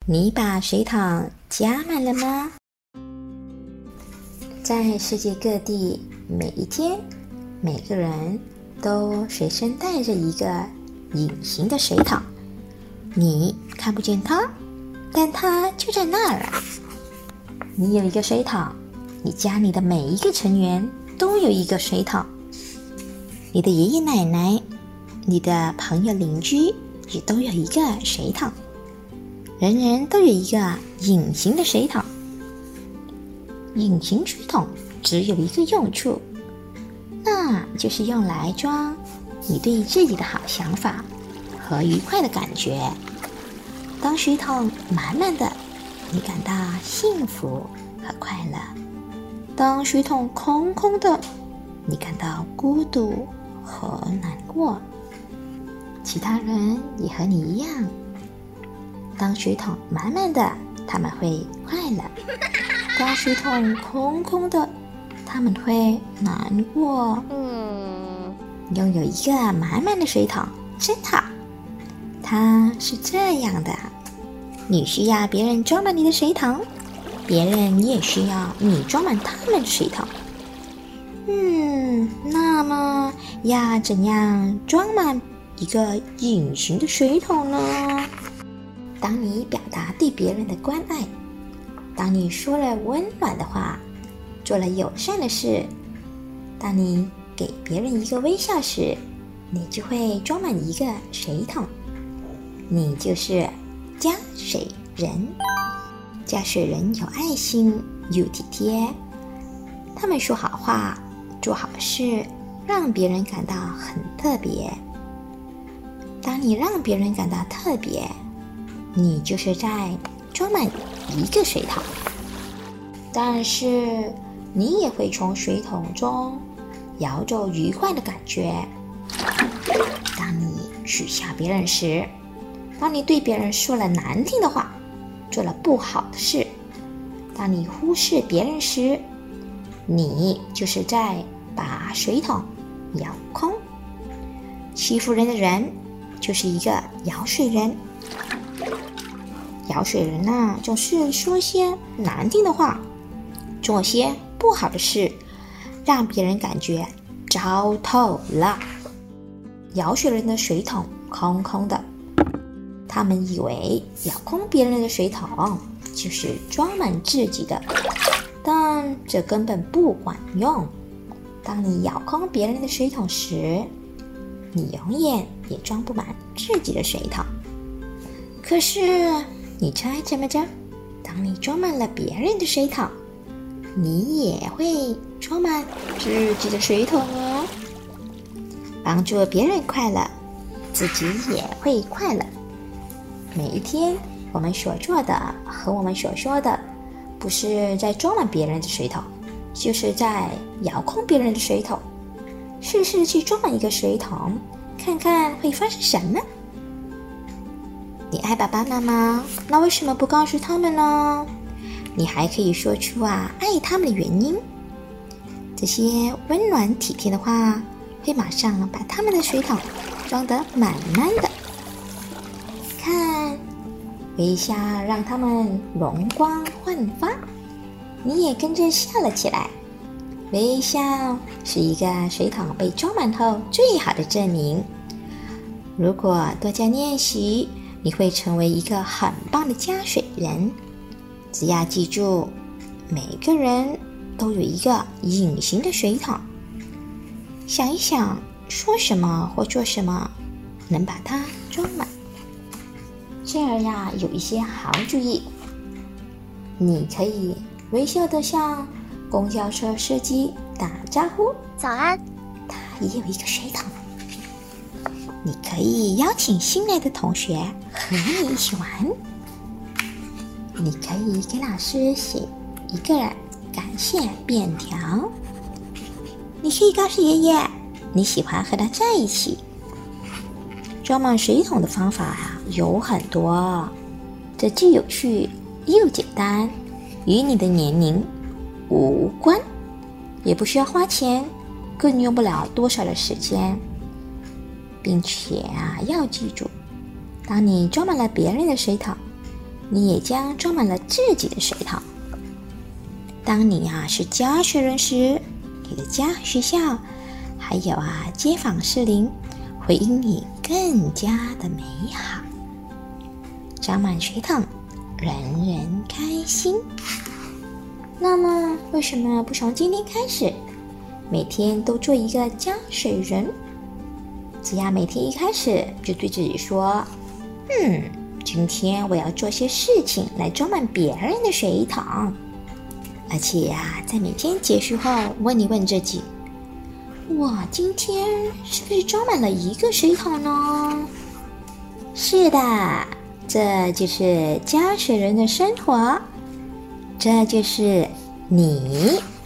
你把水桶加满了吗？在世界各地，每一天，每个人都随身带着一个隐形的水桶，你看不见它，但它就在那儿啊。你有一个水桶，你家里的每一个成员都有一个水桶，你的爷爷奶奶，你的朋友邻居也都有一个水桶，人人都有一个隐形的水桶。隐形水桶只有一个用处，那就是用来装你对自己的好想法和愉快的感觉。当水桶满满的，你感到幸福和快乐；当水桶空空的，你感到孤独和难过。其他人也和你一样，当水桶满满的，他们会快乐；当水桶空空的，他们会难过。拥有一个满满的水桶真好。它是这样的，你需要别人装满你的水桶，别人也需要你装满他们的水桶。那么要怎样装满一个隐形的水桶呢？当你表达对别人的关爱，当你说了温暖的话，做了友善的事，当你给别人一个微笑时，你就会装满一个水桶。你就是加水人。加水人有爱心，又体贴，他们说好话，做好事，让别人感到很特别。当你让别人感到特别，你就是在装满一个水桶。但是你也会从水桶中摇走愉快的感觉。当你取笑别人时，当你对别人说了难听的话，做了不好的事，当你忽视别人时，你就是在把水桶摇空。欺负人的人就是一个舀水人。舀水人呢，总是说些难听的话，做些不好的事，让别人感觉糟透了。舀水人的水桶空空的，他们以为舀空别人的水桶就是装满自己的，但这根本不管用。当你舀空别人的水桶时，你永远也装不满自己的水桶。可是你猜怎么着？当你装满了别人的水桶，你也会装满自己的水桶哦。帮助别人快乐，自己也会快乐。每一天我们所做的和我们所说的，不是在装满别人的水桶，就是在遥控别人的水桶。试试去装满一个水桶，看看会发生什么。你爱爸爸妈妈，那为什么不告诉他们呢？你还可以说出爱他们的原因。这些温暖体贴的话，会马上把他们的水桶装得满满的。看，微笑让他们容光焕发，你也跟着笑了起来。微笑是一个水桶被装满后最好的证明。如果多加练习，你会成为一个很棒的加水人。只要记住，每个人都有一个隐形的水桶。想一想，说什么或做什么能把它装满。这儿有一些好主意。你可以微笑地向公交车司机打招呼， 早安， 他也有一个水桶。你可以邀请新来的同学和你一起玩。你可以给老师写一个感谢便条。你可以告诉爷爷你喜欢和他在一起。装满水桶的方法有很多，这既有趣又简单，与你的年龄无关，也不需要花钱，更用不了多少的时间。并且要记住，当你装满了别人的水桶， 你也将装满了自己的水桶。当你是家学人时，你的家、学校，还有街坊四邻，会因你更加的美好。装满水桶，人人开心。那么，为什么不从今天开始，每天都做一个加水人？只要每天一开始就对自己说：“今天我要做些事情来装满别人的水桶。”而且在每天结束后，问一问自己：“我今天是不是装满了一个水桶呢？”是的，这就是加水人的生活，这就是你。